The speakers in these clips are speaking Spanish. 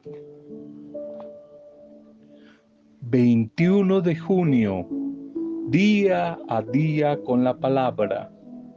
21 de junio, día a día con la palabra.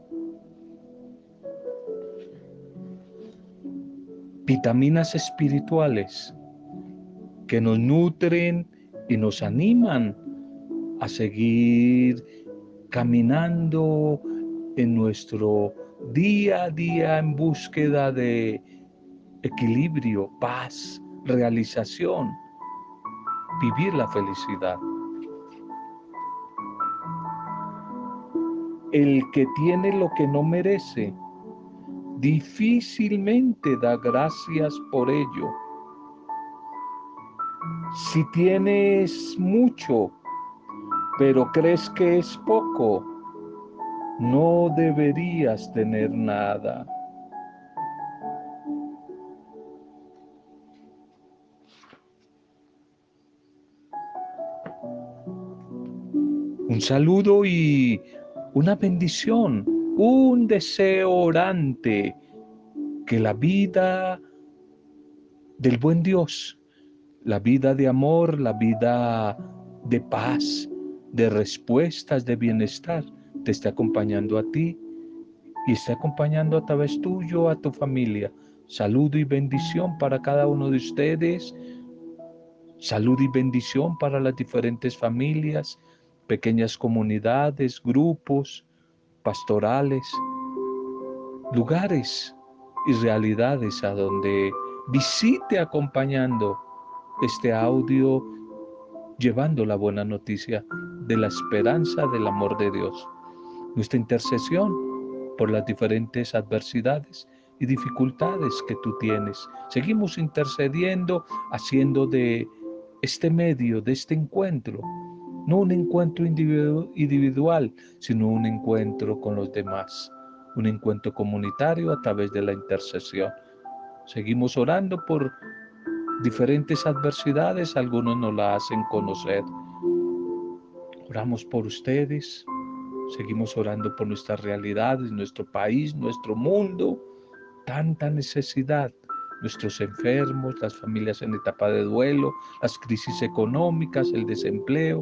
Vitaminas espirituales que nos nutren y nos animan a seguir caminando en nuestro día a día en búsqueda de equilibrio, paz, realización, vivir la felicidad. El que tiene lo que no merece, difícilmente da gracias por ello. Si tienes mucho, pero crees que es poco, no deberías tener nada. Un saludo y una bendición, un deseo orante, que la vida del buen Dios, la vida de amor, la vida de paz, de respuestas, de bienestar, te esté acompañando a ti y esté acompañando a través tuyo a tu familia. Saludo y bendición para cada uno de ustedes. Salud y bendición para las diferentes familias, pequeñas comunidades, grupos, pastorales, lugares y realidades a donde visite acompañando este audio, llevando la buena noticia de la esperanza del amor de Dios. Nuestra intercesión por las diferentes adversidades y dificultades que tú tienes. Seguimos intercediendo, haciendo de este medio, de este encuentro, no un encuentro individual, sino un encuentro con los demás, un encuentro comunitario a través de la intercesión. Seguimos orando por diferentes adversidades, algunos nos la hacen conocer. Oramos por ustedes, seguimos orando por nuestras realidades, nuestro país, nuestro mundo, tanta necesidad, nuestros enfermos, las familias en etapa de duelo, las crisis económicas, el desempleo,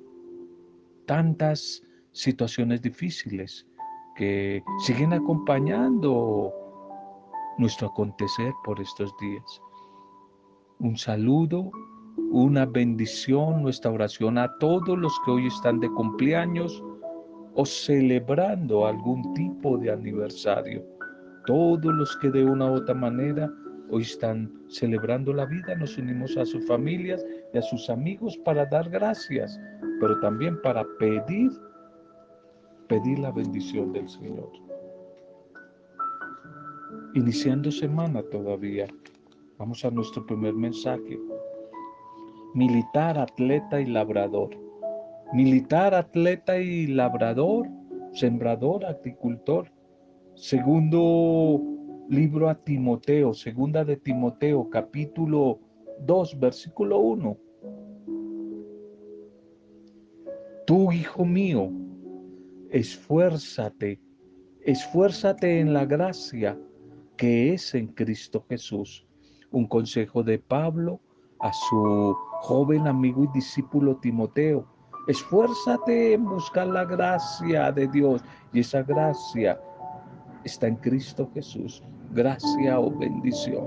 tantas situaciones difíciles que siguen acompañando nuestro acontecer por estos días. Un saludo, una bendición, nuestra oración a todos los que hoy están de cumpleaños o celebrando algún tipo de aniversario. Todos los que de una u otra manera hoy están celebrando la vida, nos unimos a sus familias y a sus amigos para dar gracias, pero también para pedir la bendición del Señor. Iniciando semana todavía, vamos a nuestro primer mensaje. Militar, atleta y labrador. Militar, atleta y labrador, sembrador, agricultor. Segundo libro a Timoteo, segunda de Timoteo, capítulo 2, versículo 1. Tú, hijo mío, esfuérzate, esfuérzate en la gracia que es en Cristo Jesús. Un consejo de Pablo a su joven amigo y discípulo Timoteo. Esfuérzate en buscar la gracia de Dios, y esa gracia está en Cristo Jesús. Gracia o bendición.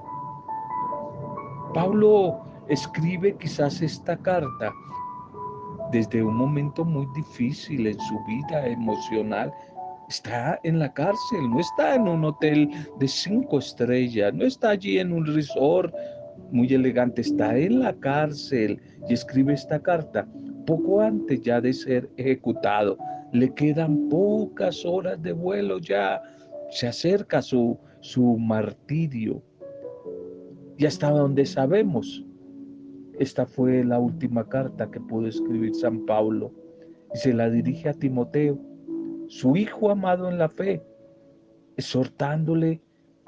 Pablo escribe quizás esta carta desde un momento muy difícil en su vida emocional. Está en la cárcel, no está en un hotel de 5 estrellas, no está allí en un resort muy elegante, está en la cárcel y escribe esta carta poco antes ya de ser ejecutado. Le quedan pocas horas de vuelo, ya se acerca su martirio. Y hasta donde sabemos, esta fue la última carta que pudo escribir San Pablo y se la dirige a Timoteo, su hijo amado en la fe, exhortándole,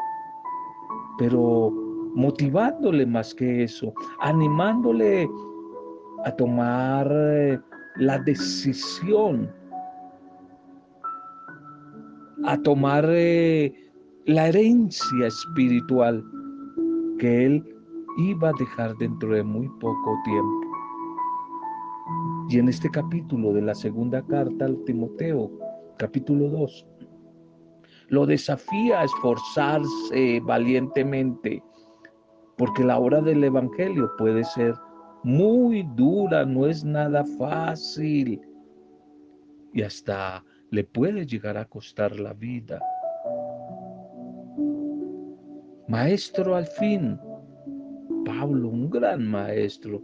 pero motivándole más que eso, animándole a tomar la decisión, a tomar la herencia espiritual que él iba a dejar dentro de muy poco tiempo. Y en este capítulo de la segunda carta al Timoteo, capítulo 2, lo desafía a esforzarse valientemente, porque la obra del Evangelio puede ser muy dura, no es nada fácil y hasta le puede llegar a costar la vida. Maestro al fin, Pablo, un gran maestro,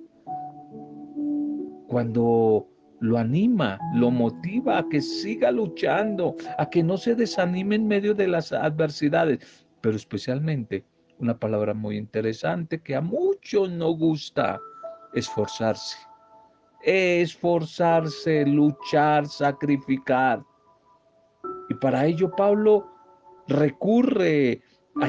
cuando lo anima, lo motiva a que siga luchando, a que no se desanime en medio de las adversidades, pero especialmente una palabra muy interesante que a muchos no gusta: esforzarse. Esforzarse, luchar, sacrificar. Y para ello Pablo recurre a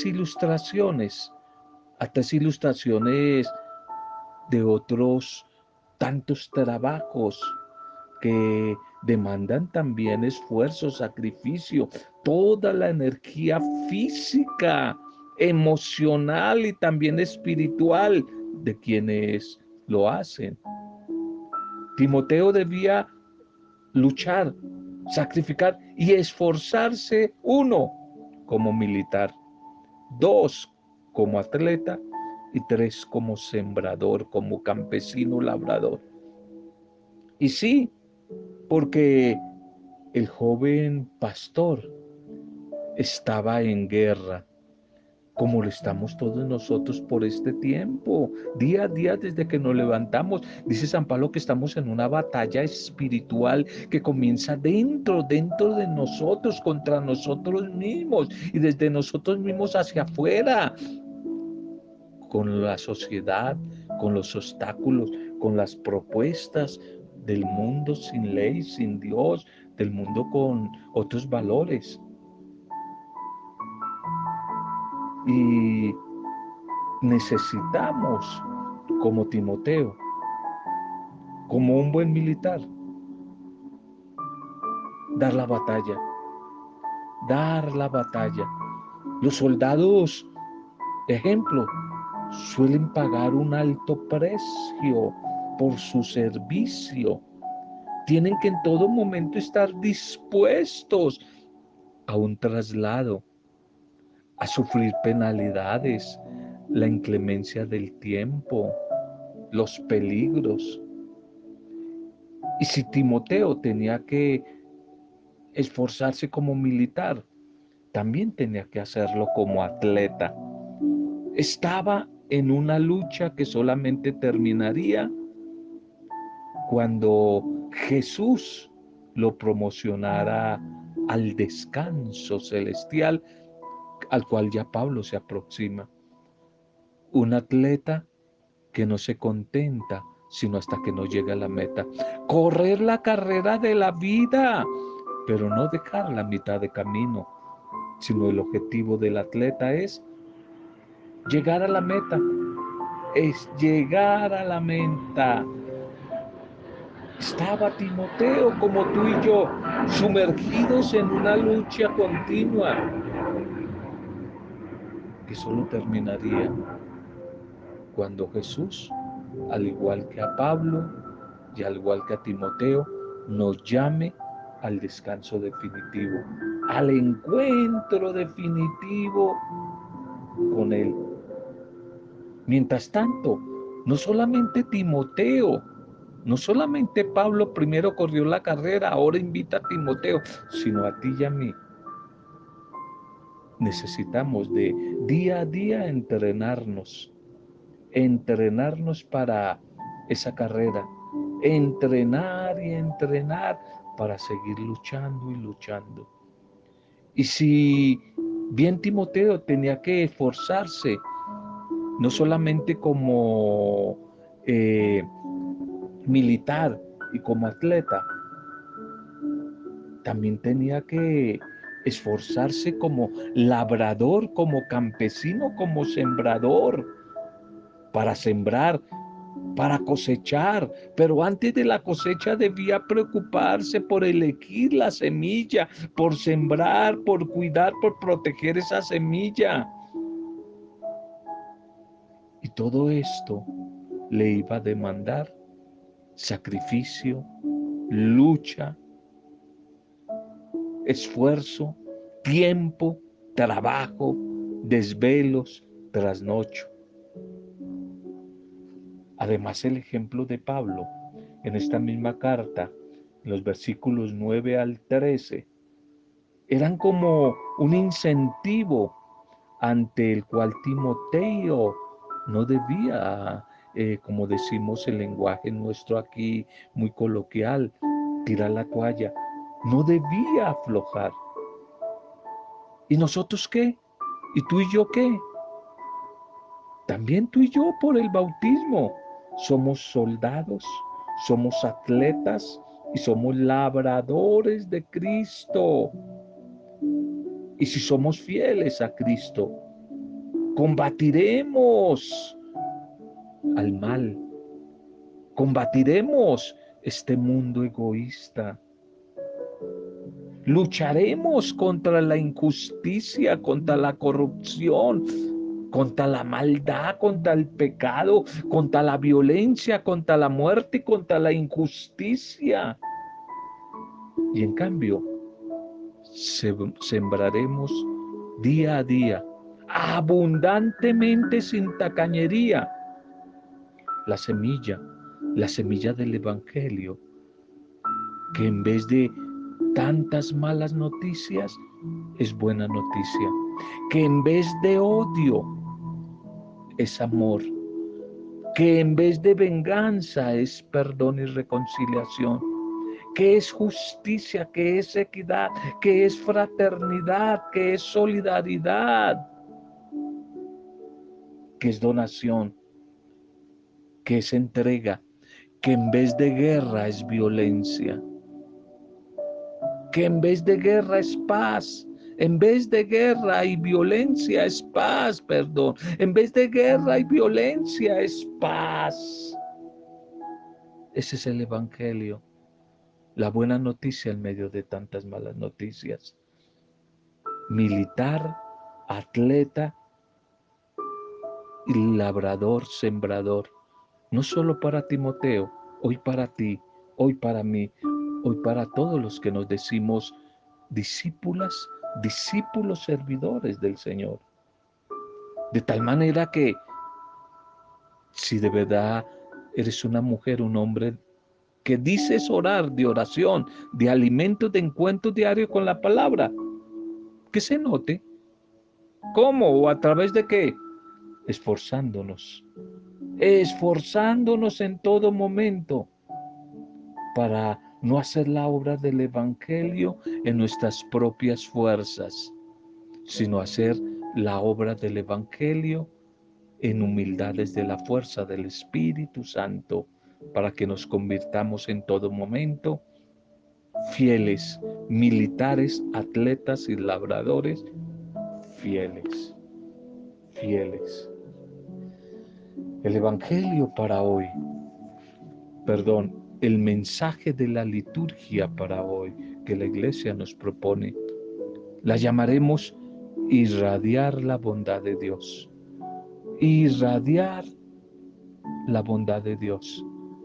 tres ilustraciones de otros tantos trabajos que demandan también esfuerzo, sacrificio, toda la energía física, emocional y también espiritual de quienes lo hacen. Timoteo debía luchar, sacrificar y esforzarse, uno, como militar, dos, como atleta y tres, como sembrador, como campesino labrador. Y sí, porque el joven pastor estaba en guerra, como lo estamos todos nosotros por este tiempo, día a día desde que nos levantamos. Dice San Pablo que estamos en una batalla espiritual que comienza dentro de nosotros, contra nosotros mismos y desde nosotros mismos hacia afuera, con la sociedad, con los obstáculos, con las propuestas del mundo sin ley, sin Dios, del mundo con otros valores. Y necesitamos, como Timoteo, como un buen militar, dar la batalla, dar la batalla. Los soldados, ejemplo, suelen pagar un alto precio por su servicio. Tienen que en todo momento estar dispuestos a un traslado, a sufrir penalidades, la inclemencia del tiempo, los peligros. Y si Timoteo tenía que esforzarse como militar, también tenía que hacerlo como atleta. Estaba en una lucha que solamente terminaría cuando Jesús lo promocionara al descanso celestial al cual ya Pablo se aproxima. Un atleta que no se contenta sino hasta que no llega a la meta. Correr la carrera de la vida, pero no dejar la mitad de camino, sino el objetivo del atleta es llegar a la meta, es llegar a la meta. Estaba Timoteo como tú y yo, sumergidos en una lucha continua que solo terminaría cuando Jesús, al igual que a Pablo y al igual que a Timoteo, nos llame al descanso definitivo, al encuentro definitivo con Él. Mientras tanto, no solamente Timoteo, no solamente Pablo primero corrió la carrera, ahora invita a Timoteo, sino a ti y a mí. Necesitamos de día a día entrenarnos para esa carrera, entrenar y entrenar para seguir luchando y luchando. Y si bien Timoteo tenía que esforzarse, no solamente como militar y como atleta, también tenía que esforzarse como labrador, como campesino, como sembrador, para sembrar, para cosechar, pero antes de la cosecha debía preocuparse por elegir la semilla, por sembrar, por cuidar, por proteger esa semilla. Y todo esto le iba a demandar sacrificio, lucha, esfuerzo, tiempo, trabajo, desvelos, trasnocho. Además, el ejemplo de Pablo en esta misma carta, en los versículos 9 al 13, eran como un incentivo ante el cual Timoteo no debía, como decimos el lenguaje nuestro aquí muy coloquial, tirar la toalla, no debía aflojar. ¿Y nosotros qué? ¿Y tú y yo qué? También tú y yo por el bautismo somos soldados, somos atletas y somos labradores de Cristo. Y si somos fieles a Cristo, combatiremos al mal, combatiremos este mundo egoísta, lucharemos contra la injusticia, contra la corrupción, contra la maldad, contra el pecado, contra la violencia, contra la muerte, contra la injusticia. Y en cambio, sembraremos día a día, abundantemente sin tacañería, la semilla del Evangelio, que en vez de tantas malas noticias, es buena noticia, que en vez de odio, es amor, que en vez de venganza, es perdón y reconciliación, que es justicia, que es equidad, que es fraternidad, que es solidaridad, que es donación, que es entrega, que en vez de guerra es violencia, que en vez de guerra es paz, en vez de guerra y violencia es paz, perdón, en vez de guerra y violencia es paz. Ese es el Evangelio, la buena noticia en medio de tantas malas noticias. Militar, atleta y labrador, sembrador, no solo para Timoteo, hoy para ti, hoy para mí, hoy para todos los que nos decimos discípulas, discípulos servidores del Señor. De tal manera que si de verdad eres una mujer, un hombre que dices orar de oración, de alimento, de encuentro diario con la palabra, que se note. ¿Cómo? ¿O a través de qué? Esforzándonos en todo momento para no hacer la obra del Evangelio en nuestras propias fuerzas, sino hacer la obra del Evangelio en humildades de la fuerza del Espíritu Santo, para que nos convirtamos en todo momento fieles, militares, atletas y labradores, fieles, fieles. El Evangelio para hoy, el mensaje de la liturgia para hoy que la Iglesia nos propone, la llamaremos irradiar la bondad de Dios. Irradiar la bondad de Dios.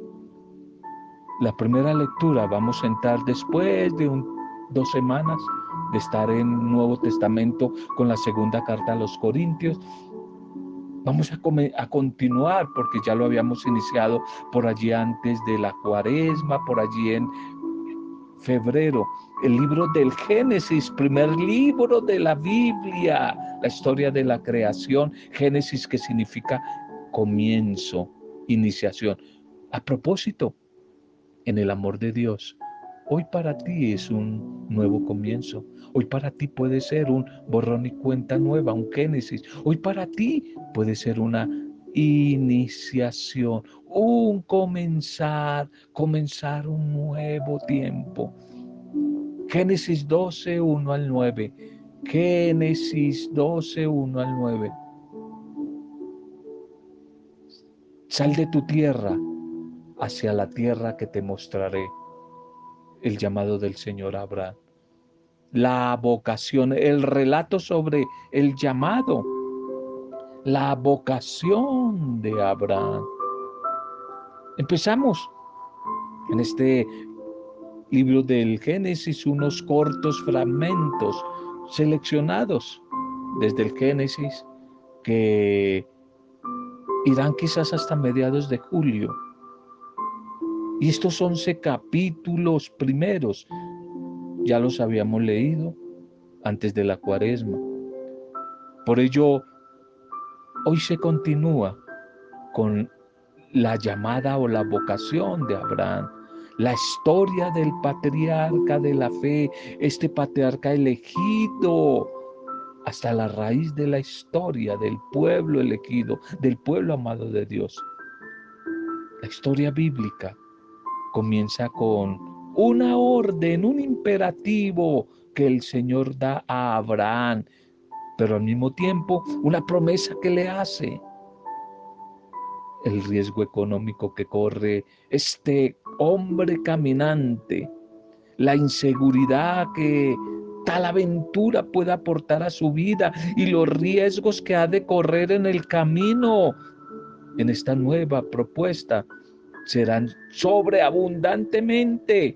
La primera lectura vamos a entrar después de 2 semanas de estar en Nuevo Testamento con la segunda carta a los Corintios. Vamos a continuar porque ya lo habíamos iniciado por allí antes de la Cuaresma, por allí en febrero. El libro del Génesis, primer libro de la Biblia, la historia de la creación. Génesis, que significa comienzo, iniciación. A propósito, en el amor de Dios, hoy para ti es un nuevo comienzo. Hoy para ti puede ser un borrón y cuenta nueva, un Génesis. Hoy para ti puede ser una iniciación, un comenzar un nuevo tiempo. Génesis 12, 1 al 9. Génesis 12, 1 al 9. Sal de tu tierra hacia la tierra que te mostraré. El llamado del Señor a Abraham. La vocación, el relato sobre el llamado la vocación de Abraham. Empezamos en este libro del Génesis unos cortos fragmentos seleccionados desde el Génesis que irán quizás hasta mediados de julio. Y estos 11 capítulos primeros ya los habíamos leído antes de la Cuaresma. Por ello, hoy se continúa con la llamada o la vocación de Abraham, la historia del patriarca de la fe, este patriarca elegido hasta la raíz de la historia del pueblo elegido, del pueblo amado de Dios. La historia bíblica comienza con una orden, un imperativo que el Señor da a Abraham, pero al mismo tiempo una promesa que le hace. El riesgo económico que corre este hombre caminante, la inseguridad que tal aventura puede aportar a su vida y los riesgos que ha de correr en el camino. En esta nueva propuesta serán sobreabundantemente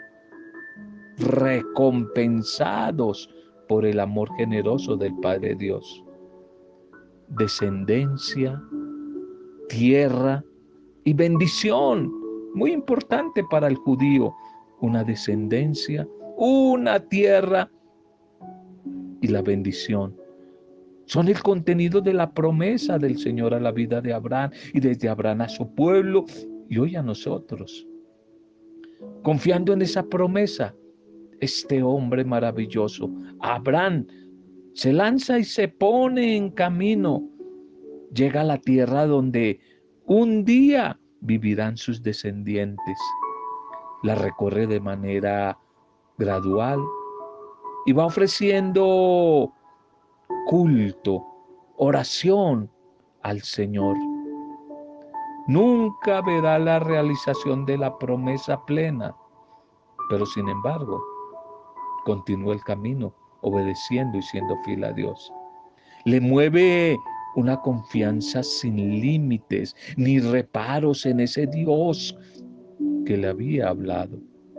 recompensados por el amor generoso del Padre Dios. Descendencia, tierra y bendición, muy importante para el judío, una descendencia, una tierra y la bendición. Son el contenido de la promesa del Señor a la vida de Abraham y desde Abraham a su pueblo y hoy a nosotros. Confiando en esa promesa, este hombre maravilloso, Abraham, se lanza y se pone en camino. Llega a la tierra donde un día vivirán sus descendientes. La recorre de manera gradual y va ofreciendo culto, oración al Señor. Nunca verá la realización de la promesa plena, pero sin embargo, continúa el camino, obedeciendo y siendo fiel a Dios. Le mueve una confianza sin límites ni reparos en ese Dios que le había hablado.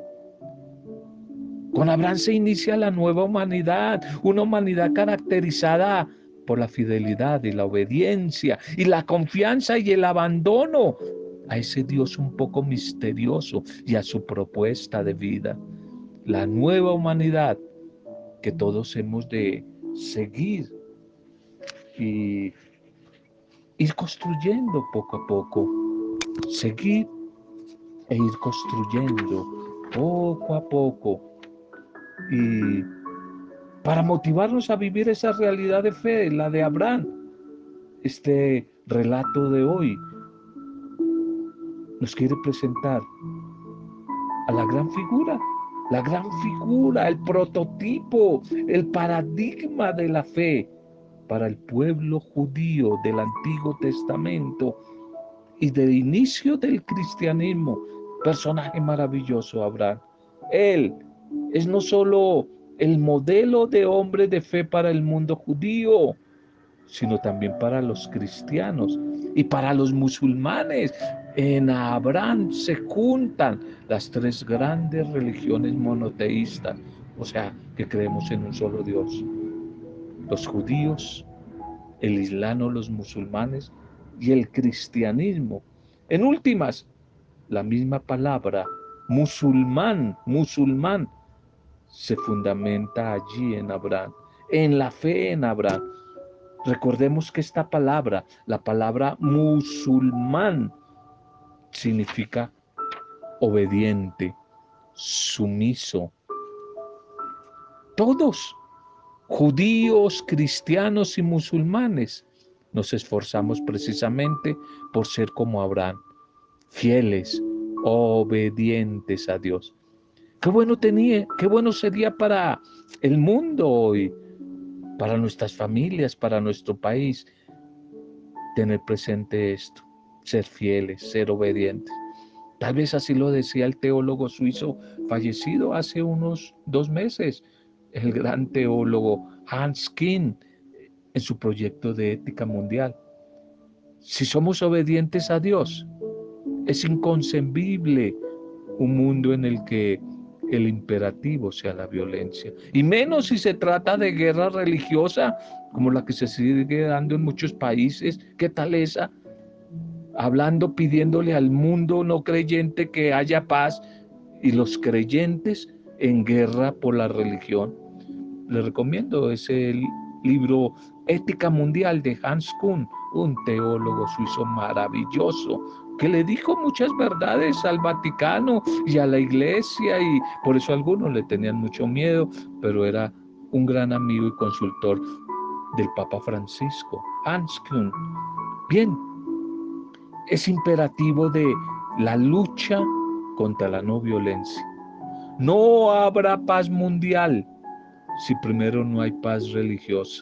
Con Abraham se inicia la nueva humanidad, una humanidad caracterizada por la fidelidad y la obediencia y la confianza y el abandono a ese Dios un poco misterioso y a su propuesta de vida. La nueva humanidad que todos hemos de seguir y ir construyendo poco a poco, seguir e ir construyendo poco a poco y para motivarnos a vivir esa realidad de fe, la de Abraham. Este relato de hoy nos quiere presentar a la gran figura, el prototipo, el paradigma de la fe para el pueblo judío del Antiguo Testamento y del inicio del cristianismo. Personaje maravilloso, Abraham. Él es no solo el modelo de hombre de fe para el mundo judío, sino también para los cristianos y para los musulmanes. En Abraham se juntan las tres grandes religiones monoteístas, o sea, que creemos en un solo Dios. Los judíos, el islam o los musulmanes y el cristianismo. En últimas, la misma palabra musulmán, se fundamenta allí en Abraham, en la fe en Abraham. Recordemos que esta palabra, la palabra musulmán, significa obediente, sumiso. Todos, judíos, cristianos y musulmanes, nos esforzamos precisamente por ser como Abraham, fieles, obedientes a Dios. Qué bueno sería para el mundo hoy, para nuestras familias, para nuestro país, tener presente esto, ser fieles, ser obedientes. Tal vez así lo decía el teólogo suizo fallecido hace unos 2 meses, el gran teólogo Hans Küng. en su proyecto de ética mundial. Si somos obedientes a Dios, es inconcebible un mundo en el que el imperativo sea la violencia. Y menos si se trata de guerra religiosa, como la que se sigue dando en muchos países. ¿Qué tal esa? Hablando, pidiéndole al mundo no creyente que haya paz y los creyentes en guerra por la religión. Les recomiendo ese libro Ética Mundial de Hans Kuhn, un teólogo suizo maravilloso, que le dijo muchas verdades al Vaticano y a la Iglesia, y por eso algunos le tenían mucho miedo, pero era un gran amigo y consultor del Papa Francisco, Hans Kuhn. Bien, es imperativo de la lucha contra la no violencia. No habrá paz mundial si primero no hay paz religiosa.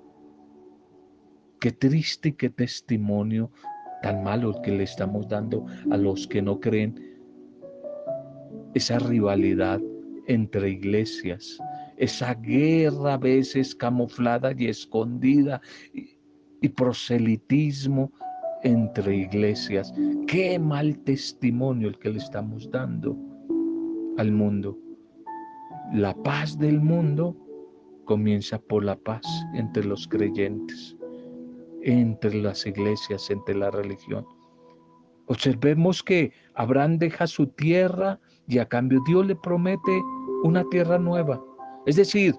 Qué triste y qué testimonio tan malo el que le estamos dando a los que no creen, esa rivalidad entre iglesias, esa guerra a veces camuflada y escondida y proselitismo entre iglesias. Qué mal testimonio el que le estamos dando al mundo. La paz del mundo comienza por la paz entre los creyentes, entre las iglesias, entre la religión. Observemos que Abraham deja su tierra y a cambio Dios le promete una tierra nueva. Es decir,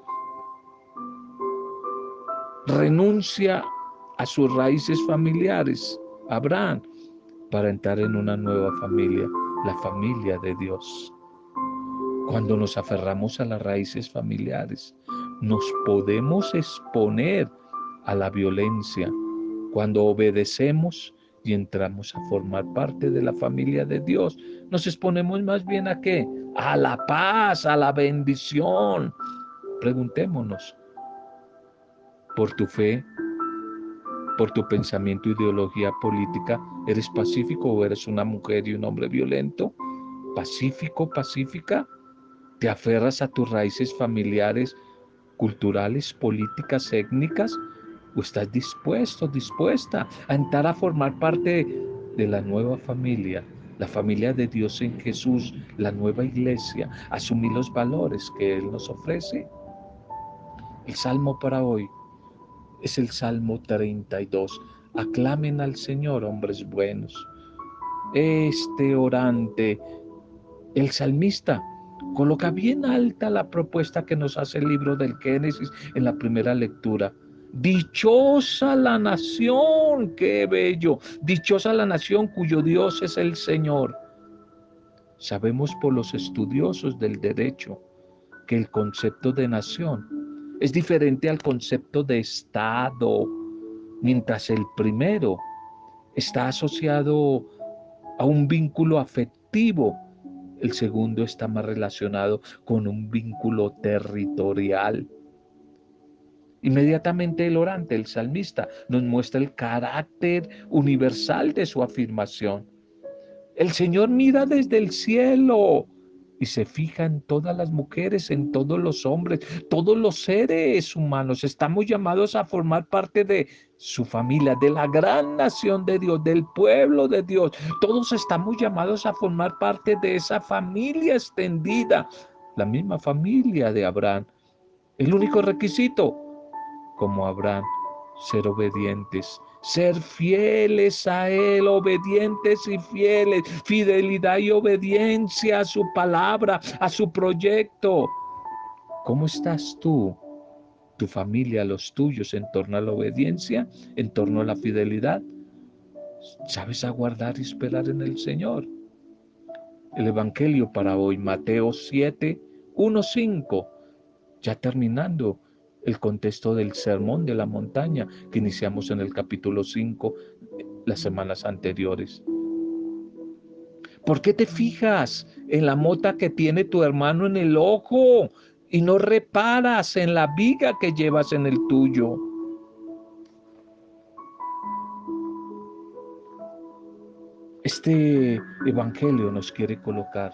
renuncia a sus raíces familiares, Abraham, para entrar en una nueva familia, la familia de Dios. Cuando nos aferramos a las raíces familiares, nos podemos exponer a la violencia. Cuando obedecemos y entramos a formar parte de la familia de Dios, nos exponemos más bien ¿a qué? A la paz, a la bendición. Preguntémonos, por tu fe, por tu pensamiento, ideología política, ¿eres pacífico o eres una mujer y un hombre violento? ¿Pacífico, pacífica? ¿Te aferras a tus raíces familiares, culturales, políticas, étnicas? ¿O estás dispuesto, dispuesta a entrar a formar parte de la nueva familia, la familia de Dios en Jesús, la nueva iglesia, asumir los valores que Él nos ofrece? El salmo para hoy es el Salmo 32. Aclamen al Señor, hombres buenos. Este orante, el salmista, coloca bien alta la propuesta que nos hace el libro del Génesis en la primera lectura. Dichosa la nación, qué bello. Dichosa la nación cuyo Dios es el Señor. Sabemos por los estudiosos del derecho que el concepto de nación es diferente al concepto de Estado, mientras el primero está asociado a un vínculo afectivo, el segundo está más relacionado con un vínculo territorial. Inmediatamente el orante, el salmista, nos muestra el carácter universal de su afirmación. El Señor mira desde el cielo y se fija en todas las mujeres, en todos los hombres, todos los seres humanos. Estamos llamados a formar parte de su familia, de la gran nación de Dios, del pueblo de Dios. Todos estamos llamados a formar parte de esa familia extendida, la misma familia de Abraham. El único requisito, como Abraham, ser obedientes, ser fieles a Él, obedientes y fieles, fidelidad y obediencia a su palabra, a su proyecto. ¿Cómo estás tú, tu familia, los tuyos en torno a la obediencia, en torno a la fidelidad? ¿Sabes aguardar y esperar en el Señor? El Evangelio para hoy, Mateo 7, 1, 5, ya terminando el contexto del sermón de la montaña que iniciamos en el capítulo 5 las semanas anteriores. ¿Por qué te fijas en la mota que tiene tu hermano en el ojo y no reparas en la viga que llevas en el tuyo? Este evangelio nos quiere colocar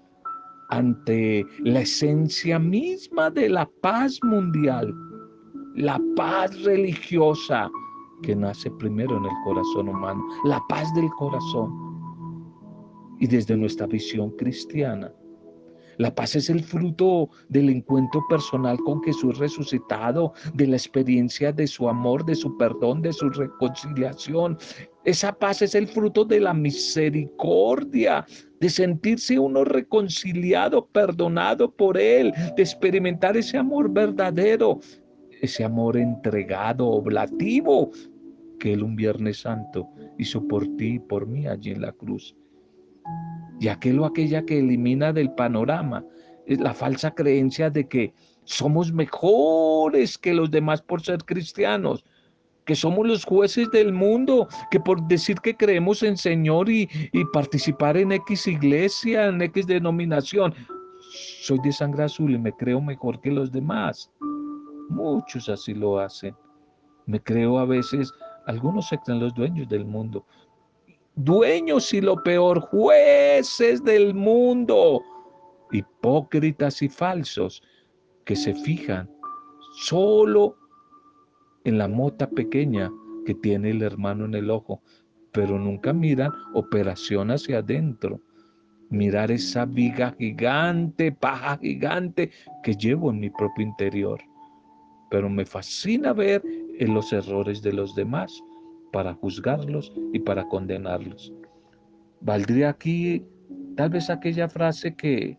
ante la esencia misma de la paz mundial. la paz religiosa que nace primero en el corazón humano, la paz del corazón. Y desde nuestra visión cristiana, la paz es el fruto del encuentro personal con Jesús resucitado, de la experiencia de su amor, de su perdón, de su reconciliación. Esa paz es el fruto de la misericordia, de sentirse uno reconciliado, perdonado por Él, de experimentar ese amor verdadero, ese amor entregado, oblativo, que Él un Viernes Santo hizo por ti y por mí allí en la cruz. Y aquel o aquella que elimina del panorama la falsa creencia de que somos mejores que los demás por ser cristianos, que somos los jueces del mundo, que por decir que creemos en Señor y participar en X iglesia, en X denominación, soy de sangre azul y me creo mejor que los demás. Muchos así lo hacen. Me creo a veces, algunos se creen los dueños del mundo. Dueños y lo peor, jueces del mundo, hipócritas y falsos, que se fijan solo en la mota pequeña que tiene el hermano en el ojo, pero nunca miran operación hacia adentro. Mirar esa viga gigante, paja gigante que llevo en mi propio interior. Pero me fascina ver en los errores de los demás para juzgarlos y para condenarlos. Valdría aquí tal vez aquella frase que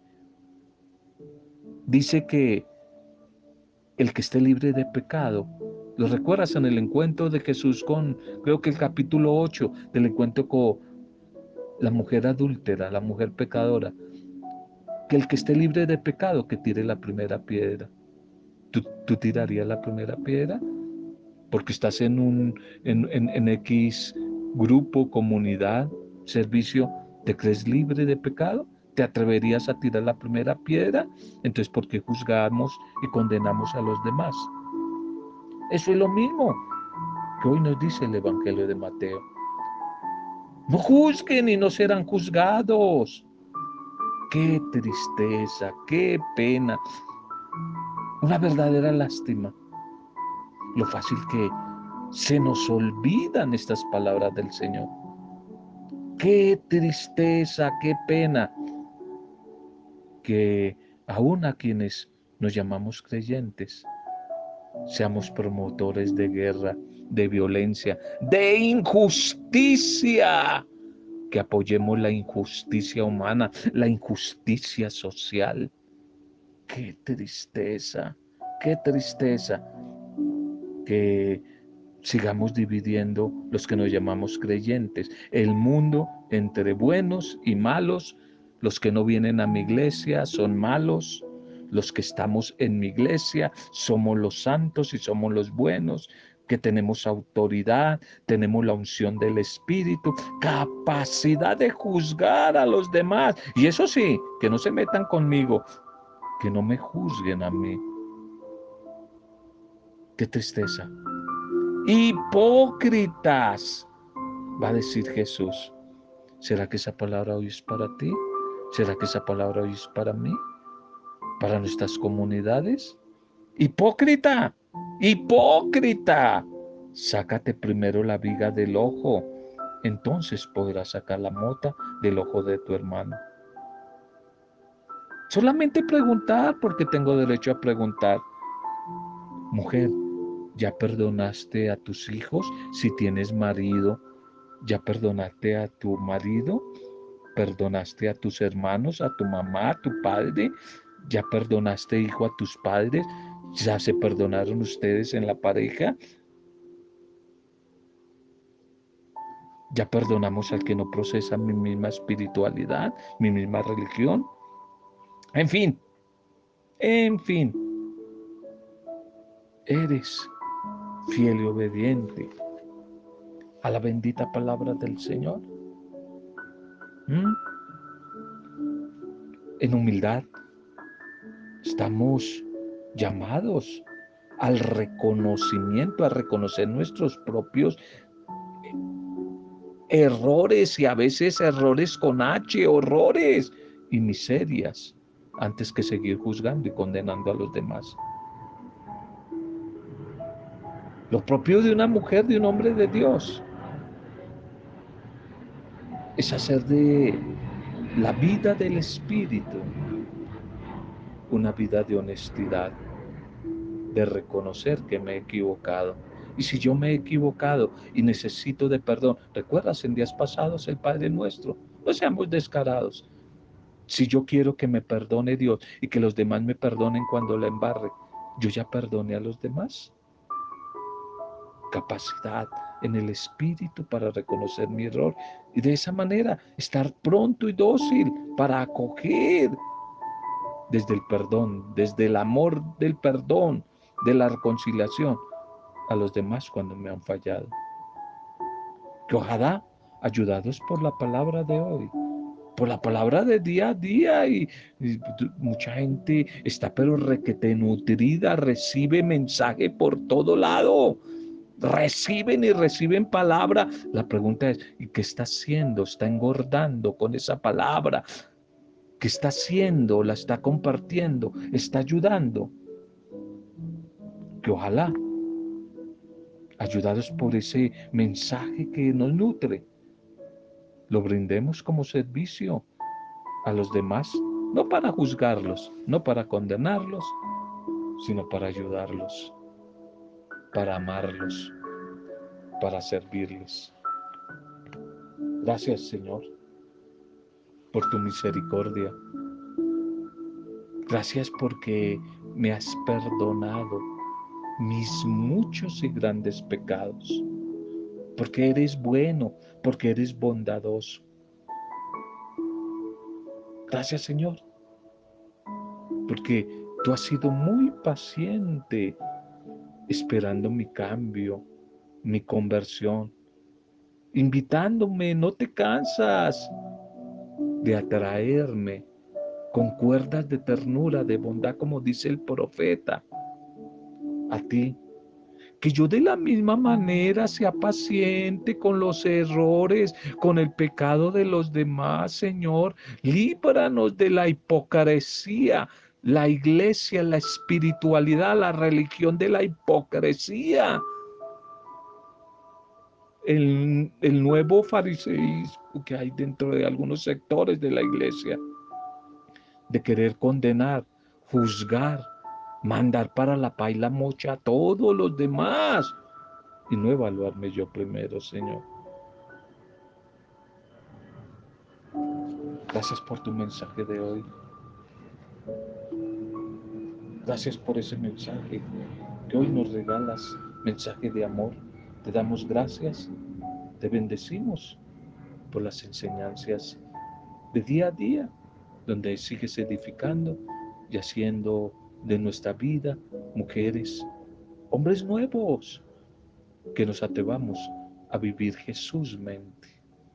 dice que el que esté libre de pecado. ¿Lo recuerdas en el encuentro de Jesús con, creo que el capítulo 8 del encuentro con la mujer adúltera, la mujer pecadora? Que el que esté libre de pecado, que tire la primera piedra. ¿Tú tirarías la primera piedra? Porque estás en X grupo, comunidad, servicio, ¿te crees libre de pecado? ¿Te atreverías a tirar la primera piedra? Entonces, ¿por qué juzgamos y condenamos a los demás? Eso es lo mismo que hoy nos dice el Evangelio de Mateo. No juzguen y no serán juzgados. Qué tristeza, qué pena, una verdadera lástima. Lo fácil que se nos olvidan estas palabras del Señor. Qué tristeza, qué pena que aún a quienes nos llamamos creyentes seamos promotores de guerra, de violencia, de injusticia, que apoyemos la injusticia humana, la injusticia social. Qué tristeza que sigamos dividiendo los que nos llamamos creyentes, el mundo entre buenos y malos. Los que no vienen a mi iglesia son malos, los que estamos en mi iglesia somos los santos y somos los buenos, que tenemos autoridad, tenemos la unción del Espíritu, capacidad de juzgar a los demás. Y eso sí, que no se metan conmigo, que no me juzguen a mí. Qué tristeza. Hipócritas, va a decir Jesús. ¿Será que esa palabra hoy es para ti? ¿Será que esa palabra hoy es para mí? ¿Para nuestras comunidades? Hipócrita, hipócrita. Sácate primero la viga del ojo, entonces podrás sacar la mota del ojo de tu hermano. Solamente preguntar, porque tengo derecho a preguntar. Mujer, ¿ya perdonaste a tus hijos? Si tienes marido, ¿ya perdonaste a tu marido? ¿Perdonaste a tus hermanos, a tu mamá, a tu padre? ¿Ya perdonaste, hijo, a tus padres? ¿Ya se perdonaron ustedes en la pareja? ¿Ya perdonamos al que no procesa mi misma espiritualidad, mi misma religión? En fin, en fin, eres fiel y obediente a la bendita palabra del Señor. ¿Mm? En humildad estamos llamados al reconocimiento, a reconocer nuestros propios errores, y a veces errores con H, horrores y miserias, antes que seguir juzgando y condenando a los demás. Lo propio de una mujer, de un hombre de Dios, es hacer de la vida del Espíritu una vida de honestidad, de reconocer que me he equivocado. Y si yo me he equivocado y necesito de perdón, ¿recuerdas en días pasados el Padre Nuestro? No seamos descarados. Si yo quiero que me perdone Dios y que los demás me perdonen cuando la embarre, yo ya perdoné a los demás. Capacidad en el espíritu para reconocer mi error y de esa manera estar pronto y dócil para acoger desde el perdón, desde el amor del perdón, de la reconciliación a los demás cuando me han fallado. Que ojalá, ayudados por la palabra de hoy, por la palabra de día a día y mucha gente está pero requete nutrida, recibe mensaje por todo lado, reciben y reciben palabra. La pregunta es, ¿y qué está haciendo? ¿Está engordando con esa palabra? ¿Qué está haciendo? ¿La está compartiendo? ¿Está ayudando? Que ojalá, ayudados por ese mensaje que nos nutre, lo brindemos como servicio a los demás, no para juzgarlos, no para condenarlos, sino para ayudarlos, para amarlos, para servirles. Gracias, Señor, por tu misericordia. Gracias porque me has perdonado mis muchos y grandes pecados, porque eres bueno, porque eres bondadoso. Gracias, Señor, porque tú has sido muy paciente esperando mi cambio, mi conversión, invitándome, no te cansas de atraerme con cuerdas de ternura, de bondad, como dice el profeta, a ti. Que yo de la misma manera sea paciente con los errores, con el pecado de los demás, Señor. Líbranos de la hipocresía, la iglesia, la espiritualidad, la religión de la hipocresía. El nuevo fariseísmo que hay dentro de algunos sectores de la iglesia, de querer condenar, juzgar, mandar para la paila mocha a todos los demás y no evaluarme yo primero, Señor. Gracias por tu mensaje de hoy. Gracias por ese mensaje que hoy nos regalas, mensaje de amor. Te damos gracias, te bendecimos por las enseñanzas de día a día, donde sigues edificando y haciendo de nuestra vida mujeres, hombres nuevos, que nos atrevamos a vivir Jesús mente.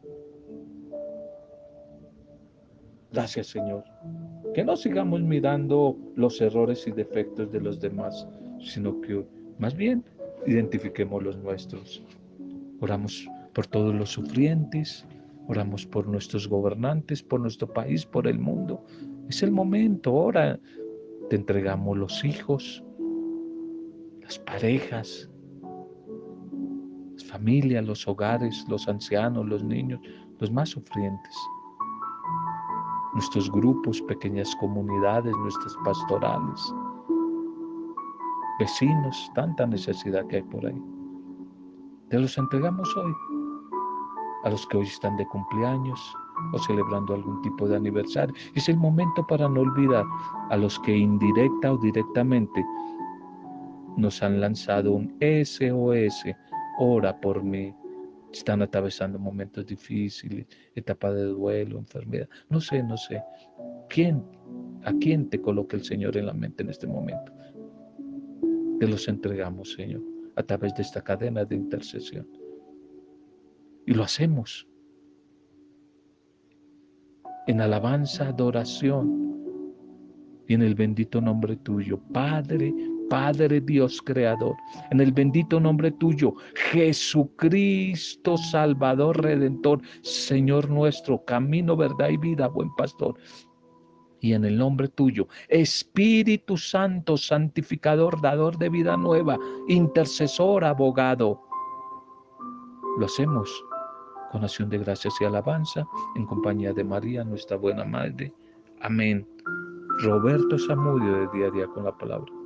Gracias, Señor. Que no sigamos mirando los errores y defectos de los demás, sino que más bien identifiquemos los nuestros. Oramos por todos los sufrientes, oramos por nuestros gobernantes, por nuestro país, por el mundo. Es el momento, ahora te entregamos los hijos, las parejas, las familias, los hogares, los ancianos, los niños, los más sufrientes. Nuestros grupos, pequeñas comunidades, nuestras pastorales, vecinos, tanta necesidad que hay por ahí. Te los entregamos hoy, a los que hoy están de cumpleaños o celebrando algún tipo de aniversario. Es el momento para no olvidar a los que indirecta o directamente nos han lanzado un SOS, ora por mí. Están atravesando momentos difíciles, etapa de duelo, enfermedad. No sé. ¿Quién? ¿A quién te coloca el Señor en la mente en este momento? Te los entregamos, Señor, a través de esta cadena de intercesión. Y lo hacemos en alabanza, adoración y en el bendito nombre tuyo, Padre, Padre Dios Creador, en el bendito nombre tuyo, Jesucristo, Salvador, Redentor, Señor nuestro, camino, verdad y vida, buen pastor. y en el nombre tuyo, Espíritu Santo, santificador, dador de vida nueva, intercesor, abogado, lo hacemos con acción de gracias y alabanza, en compañía de María, nuestra buena Madre. Amén. Roberto Zamudio, de Día a Día con la Palabra.